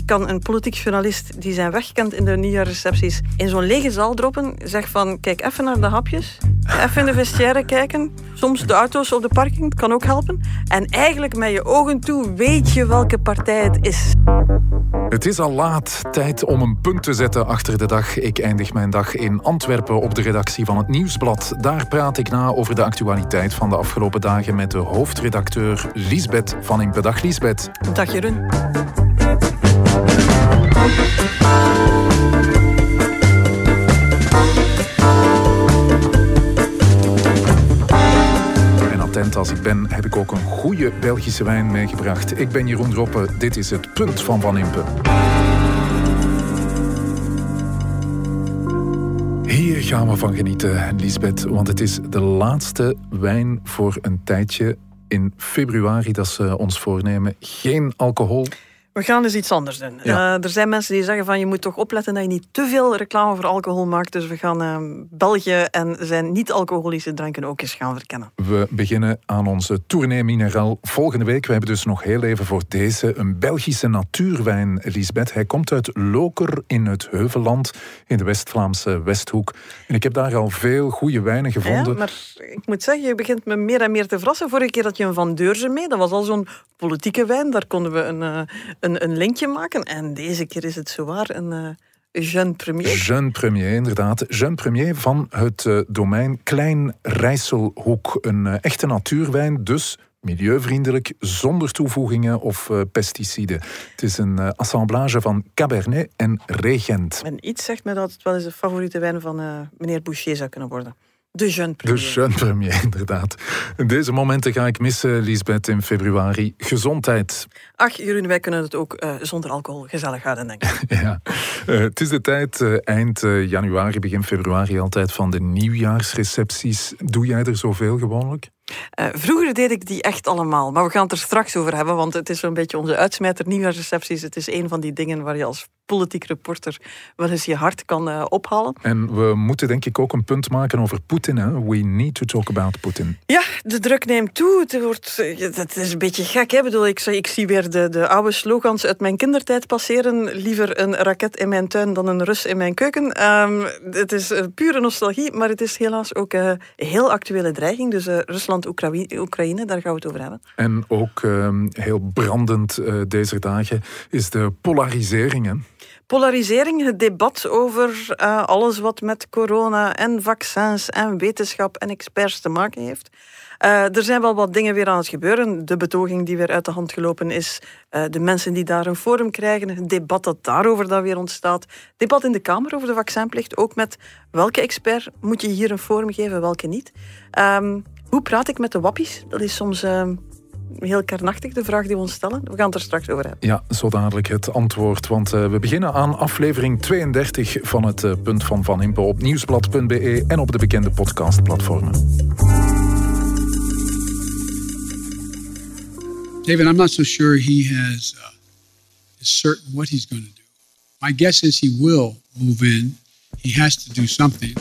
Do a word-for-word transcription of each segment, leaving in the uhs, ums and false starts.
kan een politiek journalist die zijn weg kent in de nieuwjaarsrecepties in zo'n lege zaal droppen, zeg van, kijk even naar de hapjes, even in de vestiaire kijken, soms de auto's op de parking, het kan ook helpen. En eigenlijk met je ogen toe weet je welke partij het is. Het is al laat, tijd om een punt te zetten achter de dag. Ik eindig mijn dag in Antwerpen op de redactie van het Nieuwsblad. Daar praat ik na over de actualiteit van de afgelopen dagen met de hoofdredacteur Liesbeth van Impe. Dag Liesbeth. Dag Jeroen. Attent als ik ben, heb ik ook een goede Belgische wijn meegebracht. Ik ben Jeroen Droppe, dit is het Punt van Van Impe. Hier gaan we van genieten, Liesbeth, want het is de laatste wijn voor een tijdje in februari dat ze ons voornemen. Geen alcohol. We gaan dus iets anders doen. Ja. Uh, er zijn mensen die zeggen van je moet toch opletten dat je niet te veel reclame voor alcohol maakt. Dus we gaan uh, België en zijn niet-alcoholische dranken ook eens gaan verkennen. We beginnen aan onze Tournee Mineraal volgende week. We hebben dus nog heel even voor deze een Belgische natuurwijn, Liesbeth. Hij komt uit Loker in het Heuvelland, in de West-Vlaamse Westhoek. En ik heb daar al veel goede wijnen gevonden. Ja, maar ik moet zeggen, je begint me meer en meer te verrassen. Vorige keer had je een Van Deurzen mee. Dat was al zo'n politieke wijn. Daar konden we een... Uh, Een, een linkje maken. En deze keer is het zowaar een uh, Jeune Premier. Jeune Premier, inderdaad. Jeune Premier van het uh, domein Klein Rijsselhoek. Een uh, echte natuurwijn, dus milieuvriendelijk, zonder toevoegingen of uh, pesticiden. Het is een uh, assemblage van Cabernet en Regent. En iets zegt me dat het wel eens de favoriete wijn van uh, meneer Boucher zou kunnen worden. De Jeune Premier. De Jeune Premier, inderdaad. In deze momenten ga ik missen, Liesbeth, in februari. Gezondheid. Ach, Jeroen, wij kunnen het ook uh, zonder alcohol gezellig houden, denk ik. Ja, uh, het is de tijd, uh, eind uh, januari, begin februari, altijd van de nieuwjaarsrecepties. Doe jij er zoveel gewoonlijk? Uh, vroeger deed ik die echt allemaal, maar we gaan het er straks over hebben, want het is zo'n beetje onze uitsmijter, nieuwjaarsrecepties. Het is een van die dingen waar je als politiek reporter wel eens je hart kan uh, ophalen. En we moeten denk ik ook een punt maken over Poetin. Hè? We need to talk about Putin. Ja, de druk neemt toe. Het, wordt, het is een beetje gek. Hè? Ik bedoel, ik, ik zie weer de, de oude slogans uit mijn kindertijd passeren. Liever een raket in mijn tuin dan een Rus in mijn keuken. Um, het is uh, pure nostalgie, maar het is helaas ook een uh, heel actuele dreiging. Dus uh, Rusland-Oekraïne, daar gaan we het over hebben. En ook uh, heel brandend uh, deze dagen is de polarisering. Hè? Polarisering, het debat over uh, alles wat met corona en vaccins en wetenschap en experts te maken heeft. Uh, er zijn wel wat dingen weer aan het gebeuren. De betoging die weer uit de hand gelopen is. Uh, de mensen die daar een forum krijgen. Het debat dat daarover dan weer ontstaat. Debat in de Kamer over de vaccinplicht. Ook met welke expert moet je hier een forum geven, welke niet. Um, hoe praat ik met de wappies? Dat is soms... Uh, Heel kernachtig, de vraag die we ons stellen. We gaan het er straks over hebben. Ja, zo dadelijk het antwoord. Want uh, we beginnen aan aflevering tweeëndertig van het uh, Punt van Van Impe op nieuwsblad punt be en op de bekende podcastplatformen. David, I'm not so sure he has uh, is certain what he's going to do. My guess is he will move in. He has to do something.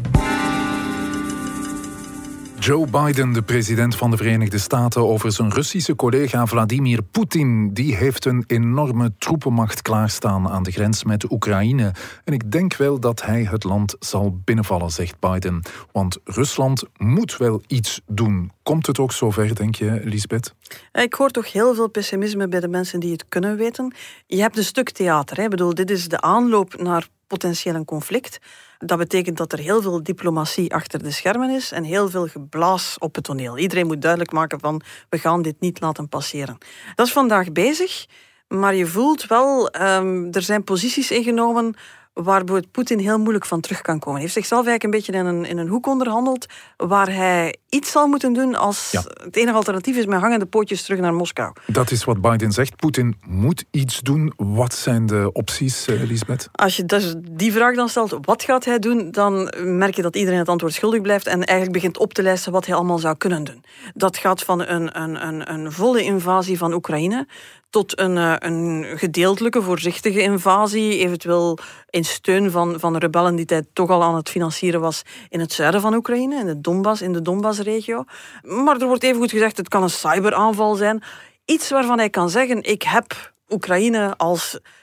Joe Biden, de president van de Verenigde Staten, over zijn Russische collega Vladimir Poetin. Die heeft een enorme troepenmacht klaarstaan aan de grens met Oekraïne. En ik denk wel dat hij het land zal binnenvallen, zegt Biden. Want Rusland moet wel iets doen. Komt het ook zover, denk je, Liesbeth? Ik hoor toch heel veel pessimisme bij de mensen die het kunnen weten. Je hebt een stuk theater. Hè? Ik bedoel, dit is de aanloop naar potentieel een conflict. Dat betekent dat er heel veel diplomatie achter de schermen is en heel veel geblaas op het toneel. Iedereen moet duidelijk maken van, we gaan dit niet laten passeren. Dat is vandaag bezig, maar je voelt wel, um, er zijn posities ingenomen waar Poetin heel moeilijk van terug kan komen. Hij heeft zichzelf eigenlijk een beetje in een, in een hoek onderhandeld, waar hij iets zal moeten doen als ja. het enige alternatief is met hangende pootjes terug naar Moskou. Dat is wat Biden zegt. Poetin moet iets doen. Wat zijn de opties, Liesbeth? Als je dus die vraag dan stelt, wat gaat hij doen, dan merk je dat iedereen het antwoord schuldig blijft en eigenlijk begint op te lijsten wat hij allemaal zou kunnen doen. Dat gaat van een, een, een, een volle invasie van Oekraïne tot een, een gedeeltelijke, voorzichtige invasie, eventueel in steun van, van de rebellen die hij toch al aan het financieren was in het zuiden van Oekraïne, in de Donbass, in de Donbassregio. Maar er wordt evengoed gezegd, het kan een cyberaanval zijn. Iets waarvan hij kan zeggen, ik heb Oekraïne als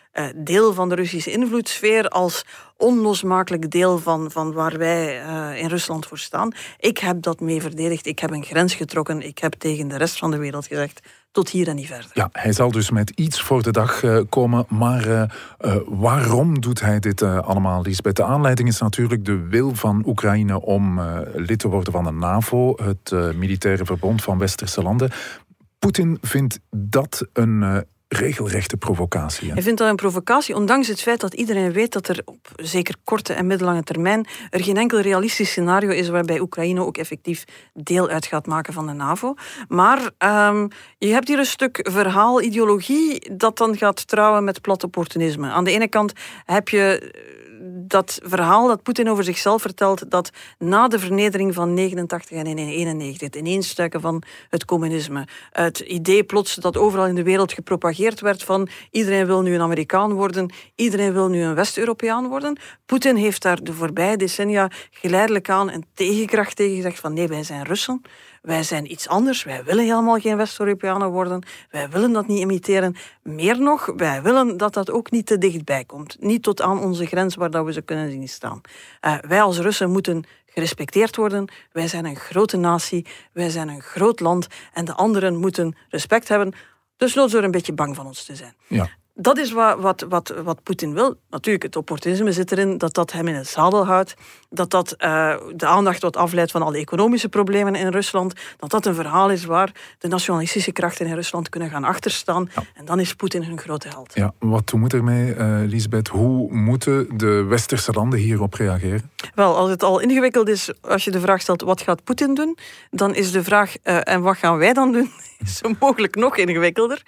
uh, deel van de Russische invloedssfeer, als onlosmakelijk deel van, van waar wij uh, in Rusland voor staan. Ik heb dat mee verdedigd, ik heb een grens getrokken, ik heb tegen de rest van de wereld gezegd, tot hier en niet verder. Ja, hij zal dus met iets voor de dag uh, komen, maar uh, uh, waarom doet hij dit uh, allemaal, Liesbeth? De aanleiding is natuurlijk de wil van Oekraïne om uh, lid te worden van de NAVO, het uh, militaire verbond van westerse landen. Poetin vindt dat een uh, regelrechte provocatie. Hè? Hij vindt dat een provocatie, ondanks het feit dat iedereen weet dat er op zeker korte en middellange termijn er geen enkel realistisch scenario is waarbij Oekraïne ook effectief deel uit gaat maken van de NAVO. Maar um, je hebt hier een stuk verhaal, ideologie, dat dan gaat trouwen met plat opportunisme. Aan de ene kant heb je dat verhaal dat Poetin over zichzelf vertelt, dat na de vernedering van negenentachtig en eenennegentig, het ineenstuiken van het communisme, het idee plots dat overal in de wereld gepropageerd werd van iedereen wil nu een Amerikaan worden, iedereen wil nu een West-Europeaan worden. Poetin heeft daar de voorbije decennia geleidelijk aan een tegenkracht tegen gezegd van nee, wij zijn Russen. Wij zijn iets anders, wij willen helemaal geen West-Europeanen worden, wij willen dat niet imiteren. Meer nog, wij willen dat dat ook niet te dichtbij komt. Niet tot aan onze grens waar dat we ze kunnen zien staan. Uh, wij als Russen moeten gerespecteerd worden, wij zijn een grote natie, wij zijn een groot land en de anderen moeten respect hebben, dus noods door een beetje bang van ons te zijn. Ja. Dat is wat, wat, wat, wat Poetin wil. Natuurlijk, het opportunisme zit erin, dat dat hem in het zadel houdt, dat dat uh, de aandacht wat afleidt van al de economische problemen in Rusland, dat dat een verhaal is waar de nationalistische krachten in Rusland kunnen gaan achterstaan. Ja. En dan is Poetin hun grote held. Ja, wat moet ermee, uh, Liesbeth? Hoe moeten de westerse landen hierop reageren? Wel, als het al ingewikkeld is, als je de vraag stelt, wat gaat Poetin doen? Dan is de vraag, uh, en wat gaan wij dan doen? Zo mogelijk nog ingewikkelder.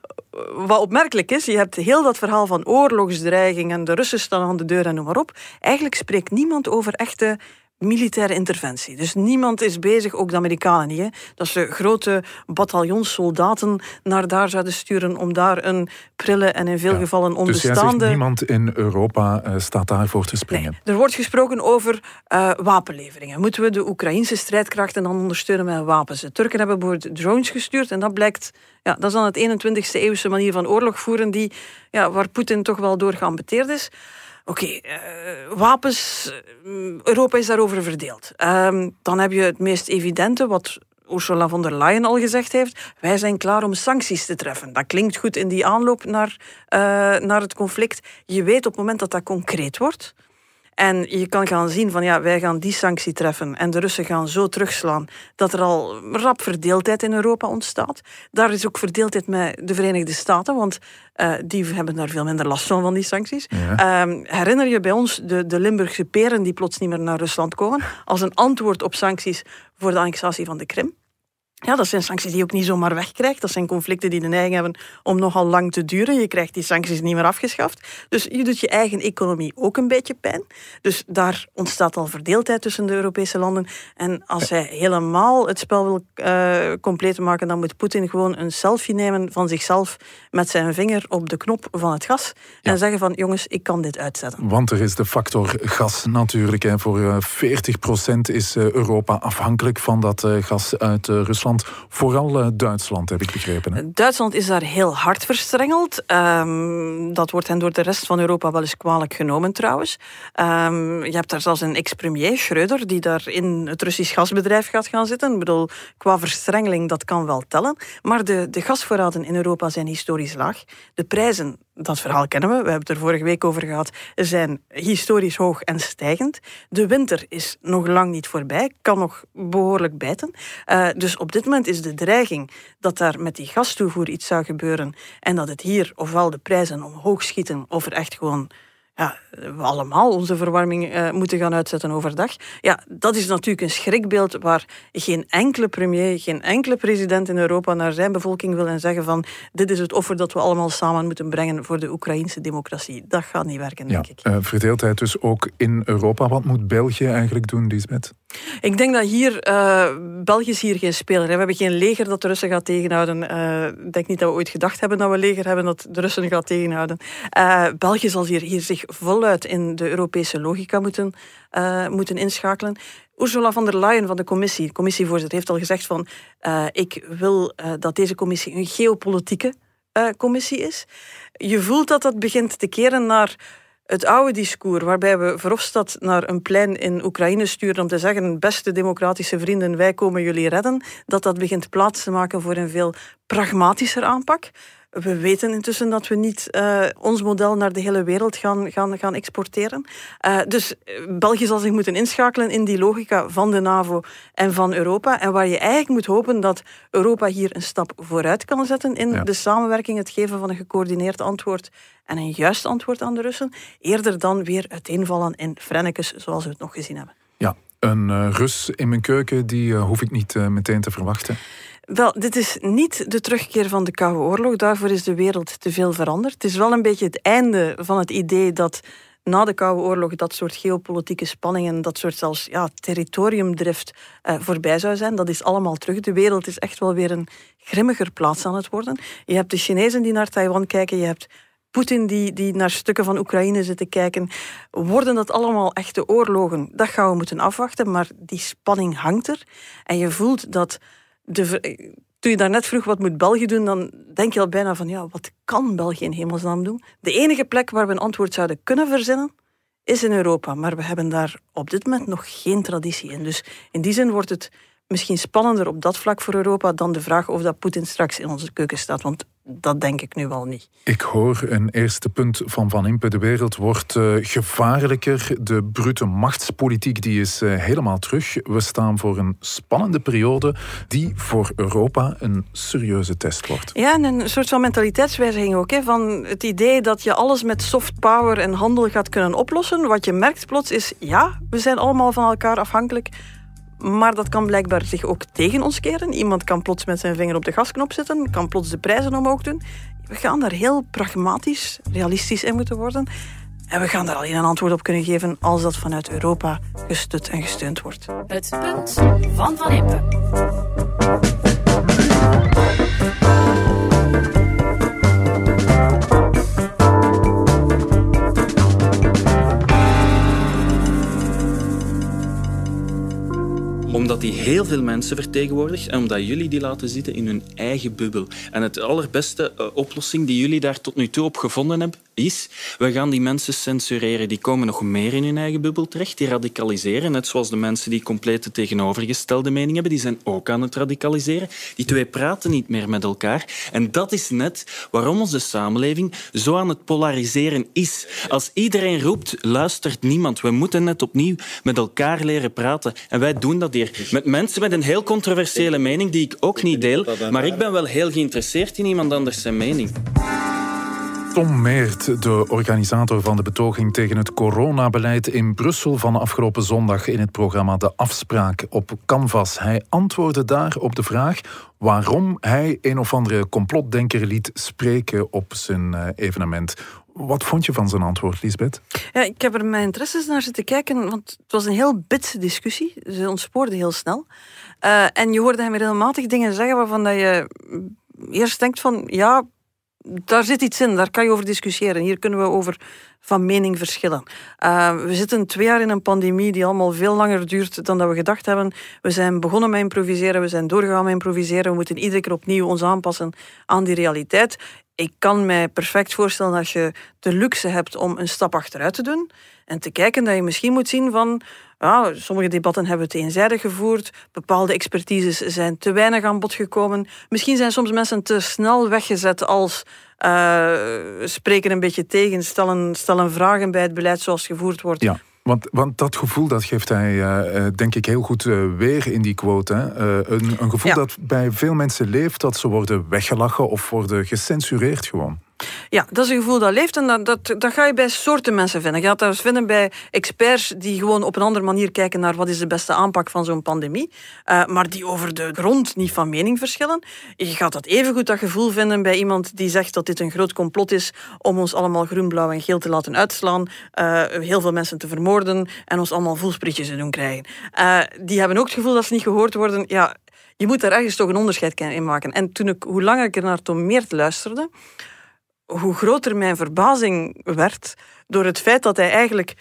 Wat opmerkelijk is, je hebt heel dat verhaal van oorlogsdreiging en de Russen staan aan de deur en noem maar op. Eigenlijk spreekt niemand over echte militaire interventie. Dus niemand is bezig, ook de Amerikanen niet, hè, dat ze grote bataljons soldaten naar daar zouden sturen om daar een prille en in veel ja, gevallen onbestaande... Dus jij zegt, niemand in Europa uh, staat daarvoor te springen? Nee, er wordt gesproken over uh, wapenleveringen. Moeten we de Oekraïnse strijdkrachten dan ondersteunen met wapens? De Turken hebben bijvoorbeeld drones gestuurd en dat blijkt... Ja, dat is dan het eenentwintigste eeuwse manier van oorlog voeren die, ja, waar Poetin toch wel door geambeteerd is. Oké, okay, uh, wapens, Europa is daarover verdeeld. Uh, dan heb je het meest evidente, wat Ursula von der Leyen al gezegd heeft. Wij zijn klaar om sancties te treffen. Dat klinkt goed in die aanloop naar, uh, naar het conflict. Je weet op het moment dat dat concreet wordt... En je kan gaan zien van ja, wij gaan die sanctie treffen en de Russen gaan zo terugslaan dat er al rap verdeeldheid in Europa ontstaat. Daar is ook verdeeldheid met de Verenigde Staten, want uh, die hebben daar veel minder last van, van die sancties. Ja. Um, herinner je bij ons de, de Limburgse peren die plots niet meer naar Rusland komen als een antwoord op sancties voor de annexatie van de Krim? Ja, dat zijn sancties die je ook niet zomaar wegkrijgt. Dat zijn conflicten die de neiging hebben om nogal lang te duren. Je krijgt die sancties niet meer afgeschaft. Dus je doet je eigen economie ook een beetje pijn. Dus daar ontstaat al verdeeldheid tussen de Europese landen. En als hij helemaal het spel wil uh, compleet maken, dan moet Poetin gewoon een selfie nemen van zichzelf met zijn vinger op de knop van het gas. Ja. En zeggen van, jongens, ik kan dit uitzetten. Want er is de factor gas natuurlijk. Hè. Voor uh, veertig procent is uh, Europa afhankelijk van dat uh, gas uit uh, Rusland. Vooral uh, Duitsland, heb ik begrepen. Hè? Duitsland is daar heel hard verstrengeld. Um, dat wordt hen door de rest van Europa wel eens kwalijk genomen trouwens. Um, je hebt daar zelfs een ex-premier, Schröder, die daar in het Russisch gasbedrijf gaat gaan zitten. Ik bedoel, qua verstrengeling, dat kan wel tellen. Maar de, de gasvoorraden in Europa zijn historisch laag. De prijzen, dat verhaal kennen we, we hebben het er vorige week over gehad, zijn historisch hoog en stijgend. De winter is nog lang niet voorbij, kan nog behoorlijk bijten. Uh, dus op dit moment is de dreiging dat daar met die gastoevoer iets zou gebeuren en dat het hier ofwel de prijzen omhoog schieten of er echt gewoon... Ja, we allemaal onze verwarming uh, moeten gaan uitzetten overdag. Ja, dat is natuurlijk een schrikbeeld waar geen enkele premier, geen enkele president in Europa naar zijn bevolking wil en zeggen van dit is het offer dat we allemaal samen moeten brengen voor de Oekraïnse democratie. Dat gaat niet werken, denk ja, ik. Uh, verdeeldheid dus ook in Europa. Wat moet België eigenlijk doen, Liesbeth? Ik denk dat hier, uh, België is hier geen speler. Hè. We hebben geen leger dat de Russen gaat tegenhouden. Uh, ik denk niet dat we ooit gedacht hebben dat we een leger hebben dat de Russen gaat tegenhouden. Uh, België zal hier, hier zich voluit in de Europese logica moeten, uh, moeten inschakelen. Ursula von der Leyen van de commissie, de commissievoorzitter, heeft al gezegd van uh, ik wil uh, dat deze commissie een geopolitieke Commissie is. Je voelt dat dat begint te keren naar het oude discours, waarbij we Verhofstadt naar een plein in Oekraïne sturen om te zeggen, beste democratische vrienden, wij komen jullie redden, dat dat begint plaats te maken voor een veel pragmatischer aanpak. We weten intussen dat we niet uh, ons model naar de hele wereld gaan, gaan, gaan exporteren. Uh, dus België zal zich moeten inschakelen in die logica van de NAVO en van Europa. En waar je eigenlijk moet hopen dat Europa hier een stap vooruit kan zetten in ja. de samenwerking, het geven van een gecoördineerd antwoord en een juist antwoord aan de Russen, eerder dan weer uiteenvallen in frennekes zoals we het nog gezien hebben. Ja, een uh, Rus in mijn keuken, die uh, hoef ik niet uh, meteen te verwachten. Wel, dit is niet de terugkeer van de Koude Oorlog. Daarvoor is de wereld te veel veranderd. Het is wel een beetje het einde van het idee dat na de Koude Oorlog dat soort geopolitieke spanningen, dat soort zelfs ja, territoriumdrift uh, voorbij zou zijn. Dat is allemaal terug. De wereld is echt wel weer een grimmiger plaats aan het worden. Je hebt de Chinezen die naar Taiwan kijken, je hebt Poetin die, die naar stukken van Oekraïne zit te kijken. Worden dat allemaal echte oorlogen? Dat gaan we moeten afwachten, maar die spanning hangt er. En je voelt dat De, toen je daarnet vroeg wat moet België doen, dan denk je al bijna van ja, wat kan België in hemelsnaam doen? De enige plek waar we een antwoord zouden kunnen verzinnen is in Europa, maar we hebben daar op dit moment nog geen traditie in. Dus in die zin wordt het misschien spannender op dat vlak voor Europa dan de vraag of dat Poetin straks in onze keuken staat, want dat denk ik nu wel niet. Ik hoor een eerste punt van Van Impe. De wereld wordt uh, gevaarlijker. De brute machtspolitiek die is uh, helemaal terug. We staan voor een spannende periode die voor Europa een serieuze test wordt. Ja, en een soort van mentaliteitswijziging ook. Hè, van het idee dat je alles met soft power en handel gaat kunnen oplossen. Wat je merkt plots is, ja, we zijn allemaal van elkaar afhankelijk. Maar dat kan blijkbaar zich ook tegen ons keren. Iemand kan plots met zijn vinger op de gasknop zitten, kan plots de prijzen omhoog doen. We gaan daar heel pragmatisch, realistisch in moeten worden. En we gaan daar alleen een antwoord op kunnen geven als dat vanuit Europa gestut en gesteund wordt. Het punt van Van Impe. Omdat die heel veel mensen vertegenwoordigt en omdat jullie die laten zitten in hun eigen bubbel. En het allerbeste uh, oplossing die jullie daar tot nu toe op gevonden hebben, is, we gaan die mensen censureren. Die komen nog meer in hun eigen bubbel terecht, die radicaliseren. Net zoals de mensen die compleet de tegenovergestelde mening hebben, die zijn ook aan het radicaliseren. Die twee praten niet meer met elkaar. En dat is net waarom onze samenleving zo aan het polariseren is. Als iedereen roept, luistert niemand. We moeten net opnieuw met elkaar leren praten. En wij doen dat hier. Met mensen met een heel controversiële mening, die ik ook niet deel. Maar ik ben wel heel geïnteresseerd in iemand anders zijn mening. Tom Meert, de organisator van de betoging tegen het coronabeleid in Brussel van afgelopen zondag in het programma De Afspraak op Canvas. Hij antwoordde daar op de vraag waarom hij een of andere complotdenker liet spreken op zijn evenement. Wat vond je van zijn antwoord, Liesbeth? Ja, ik heb er mijn interesses naar zitten kijken, want het was een heel bitse discussie. Ze ontspoorde heel snel. Uh, en je hoorde hem regelmatig dingen zeggen waarvan dat je eerst denkt van, ja, daar zit iets in, daar kan je over discussiëren. Hier kunnen we over van mening verschillen. Uh, we zitten twee jaar in een pandemie die allemaal veel langer duurt dan dat we gedacht hebben. We zijn begonnen met improviseren, we zijn doorgegaan met improviseren. We moeten iedere keer opnieuw ons aanpassen aan die realiteit. Ik kan mij perfect voorstellen dat je de luxe hebt om een stap achteruit te doen en te kijken dat je misschien moet zien van, ja, sommige debatten hebben we te eenzijdig gevoerd, bepaalde expertises zijn te weinig aan bod gekomen. Misschien zijn soms mensen te snel weggezet als uh, spreken een beetje tegen, stellen, stellen vragen bij het beleid zoals gevoerd wordt. Ja. Want, want dat gevoel dat geeft hij, uh, denk ik, heel goed uh, weer in die quote. Hè? Uh, een, een gevoel ja. dat bij veel mensen leeft, dat ze worden weggelachen of worden gecensureerd gewoon. Ja, dat is een gevoel dat leeft en dat, dat, dat ga je bij soorten mensen vinden. Je gaat dat vinden bij experts die gewoon op een andere manier kijken naar wat is de beste aanpak van zo'n pandemie, uh, maar die over de grond niet van mening verschillen. Je gaat dat evengoed dat gevoel vinden bij iemand die zegt dat dit een groot complot is om ons allemaal groen, blauw en geel te laten uitslaan, uh, heel veel mensen te vermoorden en ons allemaal voelsprietjes te doen krijgen. Uh, die hebben ook het gevoel dat ze niet gehoord worden. Ja, je moet daar ergens toch een onderscheid in maken. En toen ik, hoe langer ik er naar Tom Meert luisterde, hoe groter mijn verbazing werd door het feit dat hij eigenlijk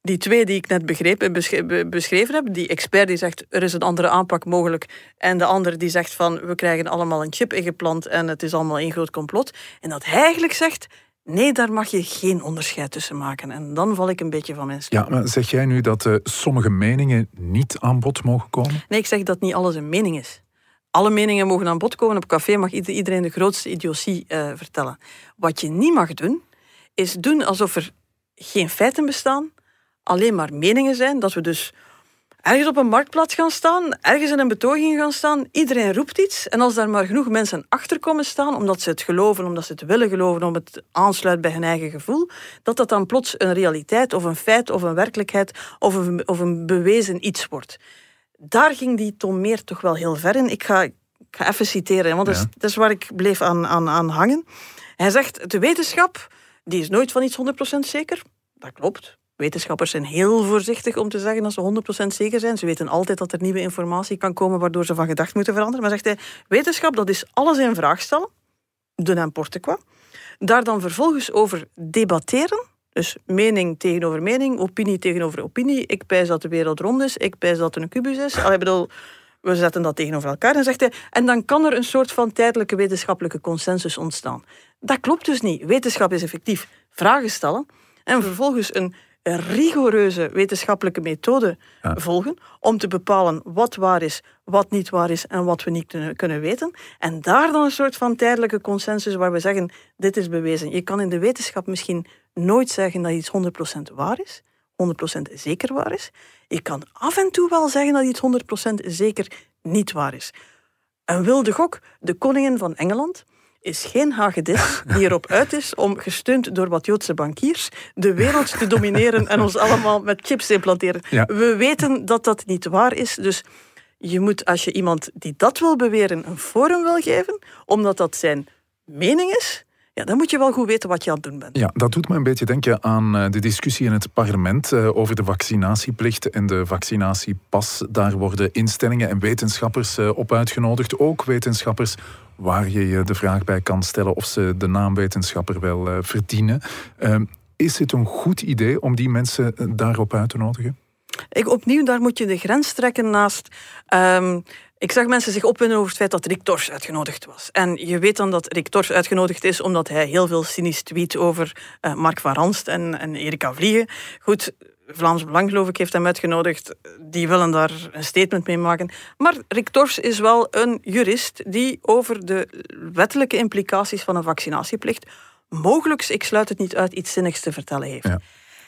Die twee die ik net begreep, besch- beschreven heb, die expert die zegt er is een andere aanpak mogelijk en de ander die zegt van we krijgen allemaal een chip ingeplant en het is allemaal één groot complot. En dat hij eigenlijk zegt nee, daar mag je geen onderscheid tussen maken. En dan val ik een beetje van mijn stoel. Ja, maar zeg jij nu dat uh, sommige meningen niet aan bod mogen komen? Nee, ik zeg dat niet alles een mening is. Alle meningen mogen aan bod komen. Op café mag iedereen de grootste idiotie uh, vertellen. Wat je niet mag doen, is doen alsof er geen feiten bestaan, alleen maar meningen zijn, dat we dus ergens op een marktplaats gaan staan, ergens in een betoging gaan staan, iedereen roept iets, en als daar maar genoeg mensen achter komen staan, omdat ze het geloven, omdat ze het willen geloven, omdat het aansluit bij hun eigen gevoel, dat dat dan plots een realiteit, of een feit, of een werkelijkheid, of een, of een bewezen iets wordt. Daar ging die Tom Meer toch wel heel ver in. Ik ga, ik ga even citeren, want dat, ja. is, dat is waar ik bleef aan, aan, aan hangen. Hij zegt, de wetenschap, die is nooit van iets honderd procent zeker. Dat klopt. Wetenschappers zijn heel voorzichtig om te zeggen dat ze honderd procent zeker zijn. Ze weten altijd dat er nieuwe informatie kan komen waardoor ze van gedacht moeten veranderen. Maar zegt hij, wetenschap, dat is alles in vraag stellen, de n'importe quoi. Daar dan vervolgens over debatteren, dus mening tegenover mening, opinie tegenover opinie. Ik pijs dat de wereld rond is, ik pijs dat er een kubus is. Allee, bedoel, we zetten dat tegenover elkaar. En zegt hij, en dan kan er een soort van tijdelijke wetenschappelijke consensus ontstaan. Dat klopt dus niet. Wetenschap is effectief vragen stellen en vervolgens een een rigoureuze wetenschappelijke methode ja. volgen om te bepalen wat waar is, wat niet waar is en wat we niet kunnen, kunnen weten. En daar dan een soort van tijdelijke consensus waar we zeggen, dit is bewezen. Je kan in de wetenschap misschien nooit zeggen dat iets honderd procent waar is, honderd procent zeker waar is. Je kan af en toe wel zeggen dat iets honderd procent zeker niet waar is. Een wilde gok, de koningin van Engeland is geen hagedis die erop uit is om, gesteund door wat Joodse bankiers, de wereld te domineren en ons allemaal met chips te implanteren. Ja. We weten dat dat niet waar is, dus je moet, als je iemand die dat wil beweren een forum wil geven, omdat dat zijn mening is, ja, dan moet je wel goed weten wat je aan het doen bent. Ja, dat doet me een beetje denken aan de discussie in het parlement over de vaccinatieplicht en de vaccinatiepas. Daar worden instellingen en wetenschappers op uitgenodigd, ook wetenschappers waar je je de vraag bij kan stellen of ze de naam wetenschapper wel uh, verdienen. Uh, is het een goed idee om die mensen daarop uit te nodigen? Ik, opnieuw, daar moet je de grens trekken naast... Um, ik zag mensen zich opwinden over het feit dat Rick Torfs uitgenodigd was. En je weet dan dat Rick Torfs uitgenodigd is omdat hij heel veel cynisch tweet over uh, Mark van Ranst en, en Erika Vliegen. Goed, Vlaams Belang, geloof ik, heeft hem uitgenodigd. Die willen daar een statement mee maken. Maar Rick Torfs is wel een jurist die over de wettelijke implicaties van een vaccinatieplicht mogelijk, ik sluit het niet uit, iets zinnigs te vertellen heeft. Ja.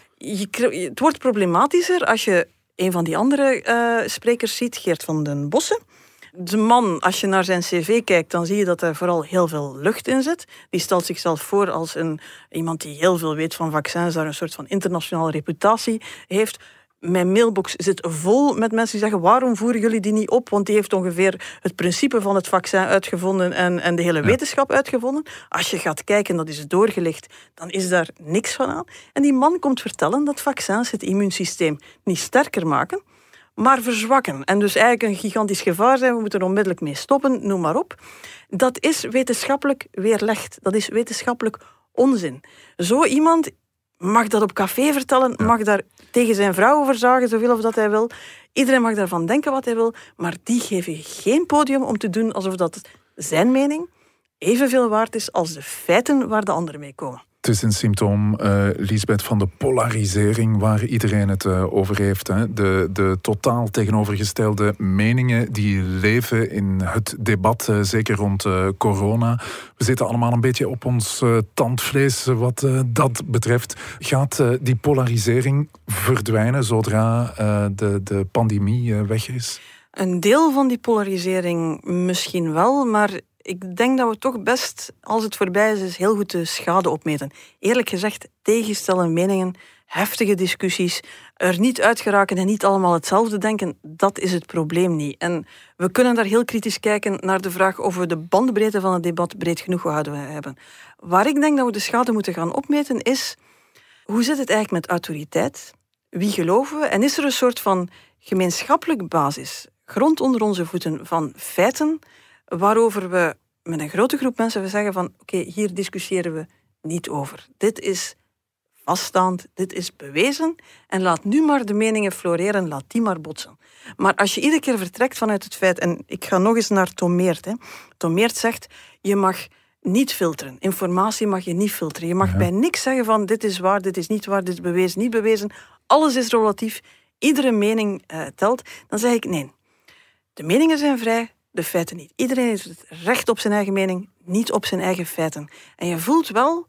Je, het wordt problematischer als je een van die andere uh, sprekers ziet, Geert van den Bossen. De man, als je naar zijn cv kijkt, dan zie je dat er vooral heel veel lucht in zit. Die stelt zichzelf voor als een, iemand die heel veel weet van vaccins, daar een soort van internationale reputatie heeft. Mijn mailbox zit vol met mensen die zeggen, waarom voeren jullie die niet op? Want die heeft ongeveer het principe van het vaccin uitgevonden en, en de hele ja. wetenschap uitgevonden. Als je gaat kijken, dat is doorgelicht, dan is daar niks van aan. En die man komt vertellen dat vaccins het immuunsysteem niet sterker maken, maar verzwakken. En dus eigenlijk een gigantisch gevaar zijn, we moeten er onmiddellijk mee stoppen, noem maar op. Dat is wetenschappelijk weerlegd. Dat is wetenschappelijk onzin. Zo iemand mag dat op café vertellen, ja. mag daar tegen zijn vrouw over zagen, zoveel of dat hij wil. Iedereen mag daarvan denken wat hij wil, maar die geven geen podium om te doen alsof dat zijn mening evenveel waard is als de feiten waar de anderen mee komen. Het is een symptoom, uh, Liesbeth, van de polarisering waar iedereen het uh, over heeft. Hè? De, de totaal tegenovergestelde meningen die leven in het debat, uh, zeker rond uh, corona. We zitten allemaal een beetje op ons uh, tandvlees wat uh, dat betreft. Gaat uh, die polarisering verdwijnen zodra uh, de, de pandemie uh, weg is? Een deel van die polarisering misschien wel, maar ik denk dat we toch best, als het voorbij is, is heel goed de schade opmeten. Eerlijk gezegd, tegenstellende meningen, heftige discussies, er niet uitgeraken en niet allemaal hetzelfde denken, dat is het probleem niet. En we kunnen daar heel kritisch kijken naar de vraag of we de bandbreedte van het debat breed genoeg houden hebben. Waar ik denk dat we de schade moeten gaan opmeten is, hoe zit het eigenlijk met autoriteit? Wie geloven we? En is er een soort van gemeenschappelijk basis, grond onder onze voeten van feiten, waarover we met een grote groep mensen zeggen van oké, okay, hier discussiëren we niet over. Dit is vaststaand, dit is bewezen en laat nu maar de meningen floreren, laat die maar botsen. Maar als je iedere keer vertrekt vanuit het feit, en ik ga nog eens naar Tom Meert. Hè. Tom Meert zegt, je mag niet filteren. Informatie mag je niet filteren. Je mag ja. bij niks zeggen van dit is waar, dit is niet waar, dit is bewezen, niet bewezen. Alles is relatief. Iedere mening uh, telt. Dan zeg ik nee. De meningen zijn vrij, de feiten niet. Iedereen heeft het recht op zijn eigen mening, niet op zijn eigen feiten. En je voelt wel,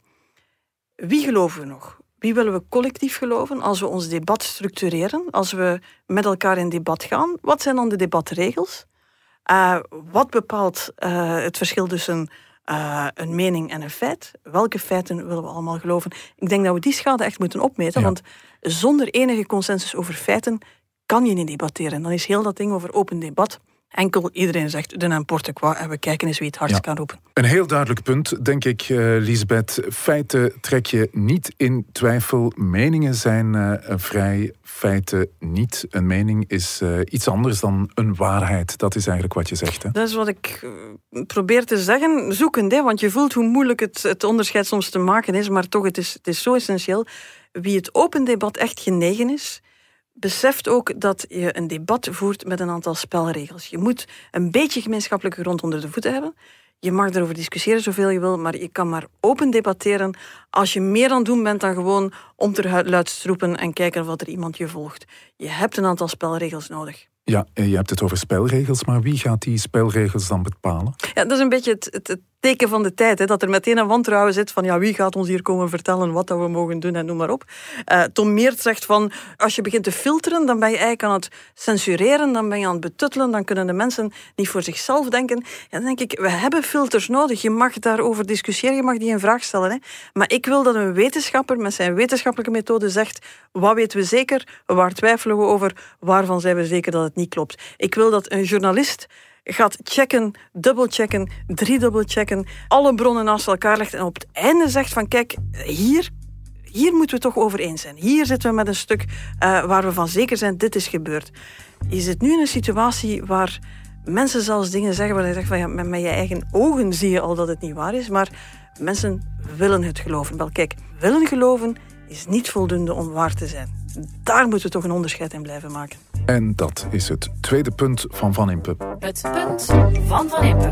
wie geloven we nog? Wie willen we collectief geloven als we ons debat structureren? Als we met elkaar in debat gaan? Wat zijn dan de debatregels? Uh, wat bepaalt uh, het verschil tussen uh, een mening en een feit? Welke feiten willen we allemaal geloven? Ik denk dat we die schade echt moeten opmeten, ja. want zonder enige consensus over feiten kan je niet debatteren. Dan is heel dat ding over open debat enkel iedereen zegt de n'importe quoi en we kijken eens wie het hardst ja. kan roepen. Een heel duidelijk punt, denk ik, uh, Liesbeth. Feiten trek je niet in twijfel. Meningen zijn uh, vrij, feiten niet. Een mening is uh, iets anders dan een waarheid. Dat is eigenlijk wat je zegt. Hè? Dat is wat ik uh, probeer te zeggen. Zoekend, hè, want je voelt hoe moeilijk het, het onderscheid soms te maken is, maar toch, het is, het is zo essentieel. Wie het open debat echt genegen is, beseft ook dat je een debat voert met een aantal spelregels. Je moet een beetje gemeenschappelijke grond onder de voeten hebben. Je mag erover discussiëren zoveel je wil, maar je kan maar open debatteren als je meer aan het doen bent dan gewoon om te luid te roepen en kijken of er iemand je volgt. Je hebt een aantal spelregels nodig. Ja, je hebt het over spelregels, maar wie gaat die spelregels dan bepalen? Ja, dat is een beetje het, het, het teken van de tijd. Hè, dat er meteen een wantrouwen zit van ja, wie gaat ons hier komen vertellen wat dat we mogen doen en noem maar op. Uh, Tom Meert zegt van als je begint te filteren, dan ben je eigenlijk aan het censureren, dan ben je aan het betuttelen, dan kunnen de mensen niet voor zichzelf denken. Ja, dan denk ik, we hebben filters nodig. Je mag daarover discussiëren, je mag die in vraag stellen. Hè. Maar ik wil dat een wetenschapper met zijn wetenschappelijke methode zegt, wat weten we zeker, waar twijfelen we over, waarvan zijn we zeker dat het niet klopt. Ik wil dat een journalist gaat checken, dubbelchecken, driedubbelchecken, alle bronnen naast elkaar legt en op het einde zegt van kijk, hier, hier moeten we toch over eens zijn. Hier zitten we met een stuk uh, waar we van zeker zijn, dit is gebeurd. Je zit nu in een situatie waar mensen zelfs dingen zeggen waar je zegt van ja, met, met je eigen ogen zie je al dat het niet waar is, maar mensen willen het geloven. Wel kijk, willen geloven is niet voldoende om waar te zijn. Daar moeten we toch een onderscheid in blijven maken. En dat is het tweede punt van Van Impe. Het punt van Van Impe.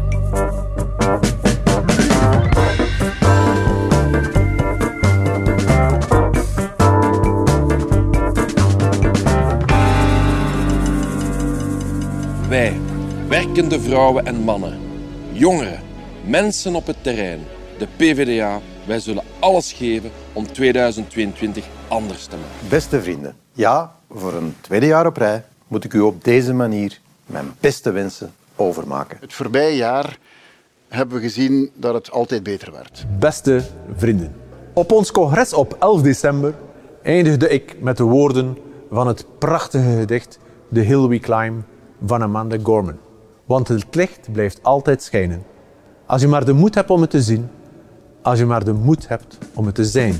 Wij, werkende vrouwen en mannen, jongeren, mensen op het terrein, de P V D A, wij zullen alles geven om tweeduizend tweeëntwintig anders te maken. Beste vrienden, ja, voor een tweede jaar op rij moet ik u op deze manier mijn beste wensen overmaken. Het voorbije jaar hebben we gezien dat het altijd beter werd. Beste vrienden, op ons congres op elf december eindigde ik met de woorden van het prachtige gedicht The Hill We Climb van Amanda Gorman. Want het licht blijft altijd schijnen. Als je maar de moed hebt om het te zien, als je maar de moed hebt om het te zijn.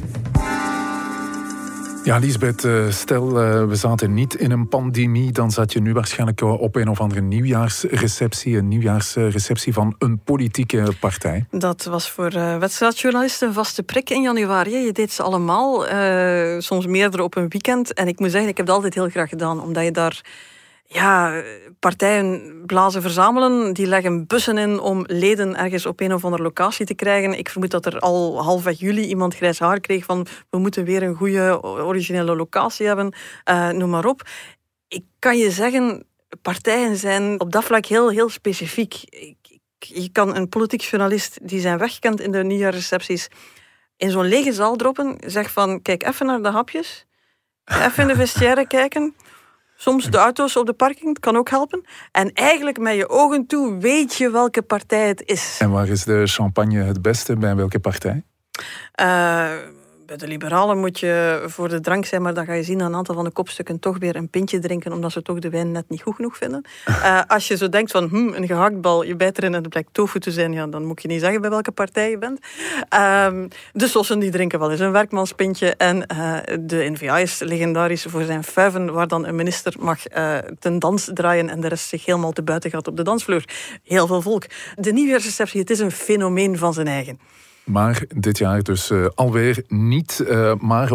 Ja, Liesbeth, stel we zaten niet in een pandemie, dan zat je nu waarschijnlijk op een of andere nieuwjaarsreceptie, een nieuwjaarsreceptie van een politieke partij. Dat was voor uh, wedstrijdjournalisten een vaste prik in januari. Je deed ze allemaal, uh, soms meerdere op een weekend. En ik moet zeggen, ik heb dat altijd heel graag gedaan, omdat je daar ja, partijen blazen verzamelen, die leggen bussen in om leden ergens op een of andere locatie te krijgen. Ik vermoed dat er al halfweg juli iemand grijs haar kreeg van we moeten weer een goede originele locatie hebben, uh, noem maar op. Ik kan je zeggen, partijen zijn op dat vlak heel, heel specifiek. Ik, ik, je kan een politiek journalist die zijn weg kent in de nieuwjaarsrecepties in zo'n lege zaal droppen, zeg van kijk even naar de hapjes, even in de vestiaire kijken. Soms de auto's op de parking, dat kan ook helpen. En eigenlijk met je ogen toe weet je welke partij het is. En waar is de champagne het beste? Bij welke partij? Uh, bij de liberalen moet je voor de drank zijn, maar dan ga je zien dat een aantal van de kopstukken toch weer een pintje drinken, omdat ze toch de wijn net niet goed genoeg vinden. Uh, als je zo denkt van hm, een gehaktbal, je bijt erin en het blijkt tofu te zijn, ja, dan moet je niet zeggen bij welke partij je bent. Uh, de sossen die drinken wel eens een werkmanspintje en uh, de N V A is legendarisch voor zijn fuiven, waar dan een minister mag uh, ten dans draaien en de rest zich helemaal te buiten gaat op de dansvloer. Heel veel volk. De nieuwjaarsreceptie, het is een fenomeen van zijn eigen. Maar dit jaar dus uh, alweer niet, uh, maar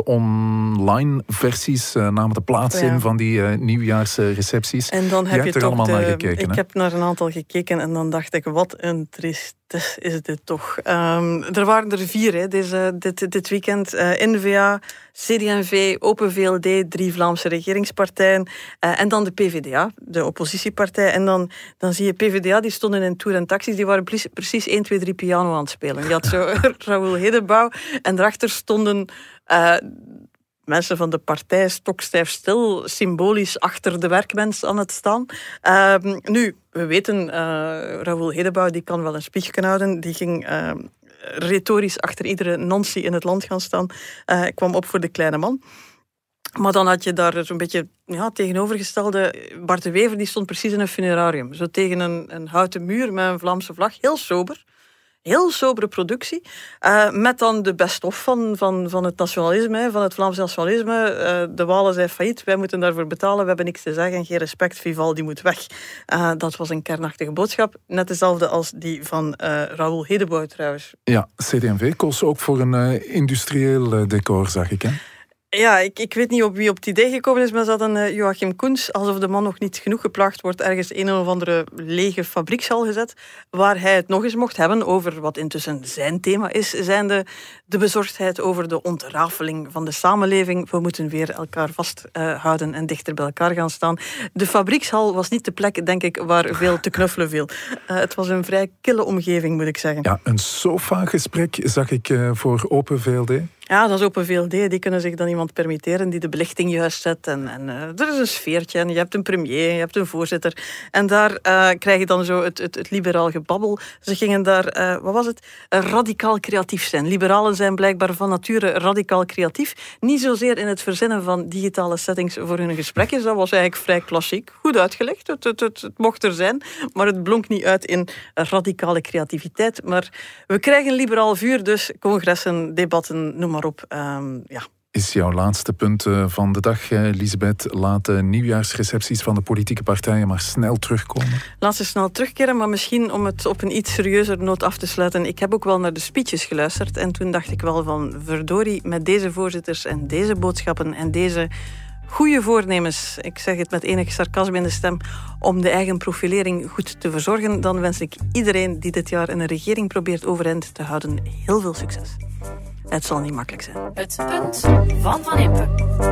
online versies uh, namen de plaats ja. in van die uh, nieuwjaarsrecepties. En dan heb je, je er toch allemaal de, naar gekeken. Ik hè? heb naar een aantal gekeken en dan dacht ik, wat een tristesse is dit toch. Um, er waren er vier hè, deze, dit, dit weekend. Uh, N V A, C D en V, Open V L D, drie Vlaamse regeringspartijen uh, en dan de P V D A, de oppositiepartij. En dan, dan zie je P V D A, die stonden in tour en taxis, die waren precies, precies één, twee, drie piano aan het spelen. Je had zo Raoul Hedebouw en daarachter stonden uh, mensen van de partij stokstijf stil, symbolisch achter de werkmens aan het staan. Uh, nu, we weten, uh, Raoul Hedebouw die kan wel een speech houden, die ging Uh, retorisch achter iedere Nancy in het land gaan staan. Uh, ik kwam op voor de kleine man. Maar dan had je daar zo'n beetje ja, tegenovergestelde. Bart de Wever die stond precies in een funerarium. Zo tegen een, een houten muur met een Vlaamse vlag. Heel sober. Heel sobere productie. Uh, met dan de best-of van, van, van het nationalisme, van het Vlaams nationalisme. Uh, de Walen zijn failliet, wij moeten daarvoor betalen, we hebben niks te zeggen, geen respect, Vivaldi moet weg. Uh, dat was een kernachtige boodschap. Net dezelfde als die van uh, Raoul Hedebouw trouwens. Ja, C D en V koos ook voor een uh, industrieel uh, decor, zag ik, hè? Ja, ik, ik weet niet op wie op het idee gekomen is, maar ze hadden uh, Joachim Koens, alsof de man nog niet genoeg geplaagd wordt, ergens een of andere lege fabriekshal gezet, waar hij het nog eens mocht hebben over wat intussen zijn thema is, zijnde de bezorgdheid over de ontrafeling van de samenleving. We moeten weer elkaar vasthouden uh, en dichter bij elkaar gaan staan. De fabriekshal was niet de plek, denk ik, waar veel te knuffelen viel. Uh, het was een vrij kille omgeving, moet ik zeggen. Ja, een sofa-gesprek zag ik uh, voor Open V L D. Ja, dat is Open V L D. Die kunnen zich dan iemand permitteren die de belichting juist zet. En, en uh, er is een sfeertje en je hebt een premier, je hebt een voorzitter. En daar uh, krijg je dan zo het, het, het liberaal gebabbel. Ze gingen daar, uh, wat was het? Uh, radicaal creatief zijn. Liberalen zijn blijkbaar van nature radicaal creatief. Niet zozeer in het verzinnen van digitale settings voor hun gesprekjes. Dat was eigenlijk vrij klassiek. Goed uitgelegd. Het, het, het, het mocht er zijn. Maar het blonk niet uit in radicale creativiteit. Maar we krijgen liberaal vuur, dus congressen, debatten, noem maar op. Um, ja. Is jouw laatste punt van de dag, Lisbeth? Laat de nieuwjaarsrecepties van de politieke partijen maar snel terugkomen. Laat ze snel terugkeren, maar misschien om het op een iets serieuzer noot af te sluiten. Ik heb ook wel naar de speeches geluisterd en toen dacht ik wel van verdorie, met deze voorzitters en deze boodschappen en deze goede voornemens, ik zeg het met enig sarcasme in de stem, om de eigen profilering goed te verzorgen, dan wens ik iedereen die dit jaar een regering probeert overeind te houden heel veel succes. Het zal niet makkelijk zijn. Het punt van Van Impe.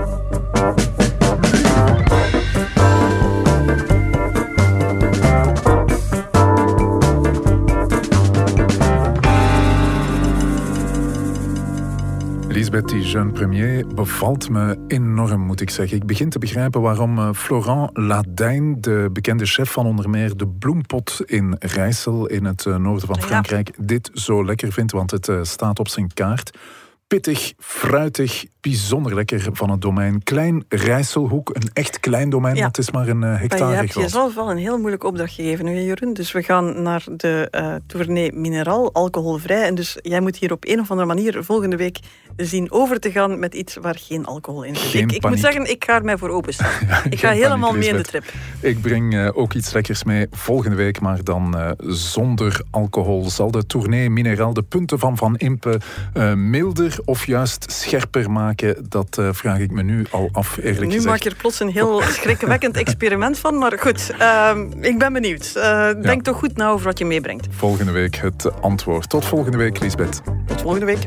Lisbeth, die jeune premier, bevalt me enorm, moet ik zeggen. Ik begin te begrijpen waarom Florent Ladijn, de bekende chef van onder meer de Bloempot in Rijssel, in het noorden van Frankrijk, ja. dit zo lekker vindt, want het uh, staat op zijn kaart. Pittig, fruitig, bijzonder lekker van het domein. Klein Rijsselhoek, een echt klein domein, ja. want het is maar een uh, hectare groot. Je hebt jezelf wel een heel moeilijke opdracht gegeven nu, Jeroen. Dus we gaan naar de uh, tournee Mineraal, alcoholvrij. En dus jij moet hier op een of andere manier volgende week zien over te gaan met iets waar geen alcohol in zit. Ik, ik moet zeggen, ik ga er mij voor openstaan. ja, ik ga helemaal paniek, mee in de trip. Ik breng uh, ook iets lekkers mee volgende week, maar dan uh, zonder alcohol. Zal de tournee Mineraal de punten van Van Impe uh, milder of juist scherper maken? Dat uh, vraag ik me nu al af, eerlijk nu gezegd. Nu maak je er plots een heel schrikwekkend experiment van, maar goed, uh, ik ben benieuwd. Uh, denk ja. toch goed na over wat je meebrengt. Volgende week het antwoord. Tot volgende week, Lisbeth. Tot volgende week.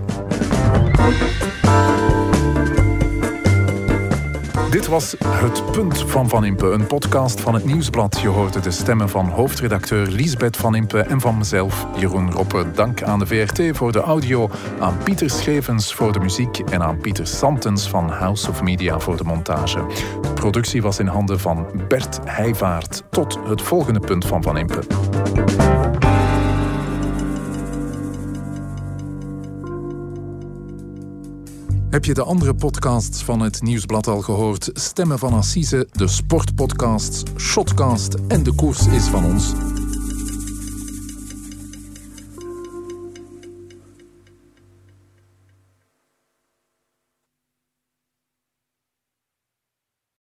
Dit was Het Punt van Van Impe, een podcast van het Nieuwsblad. Je hoorde de stemmen van hoofdredacteur Lisbeth Van Impe en van mezelf, Jeroen Roppe. Dank aan de V R T voor de audio, aan Pieter Schevens voor de muziek en aan Pieter Santens van House of Media voor de montage. De productie was in handen van Bert Heijvaart. Tot het volgende Punt van Van Impe. Heb je de andere podcasts van het Nieuwsblad al gehoord? Stemmen van Assise, de sportpodcasts, Shotcast en De Koers is van ons.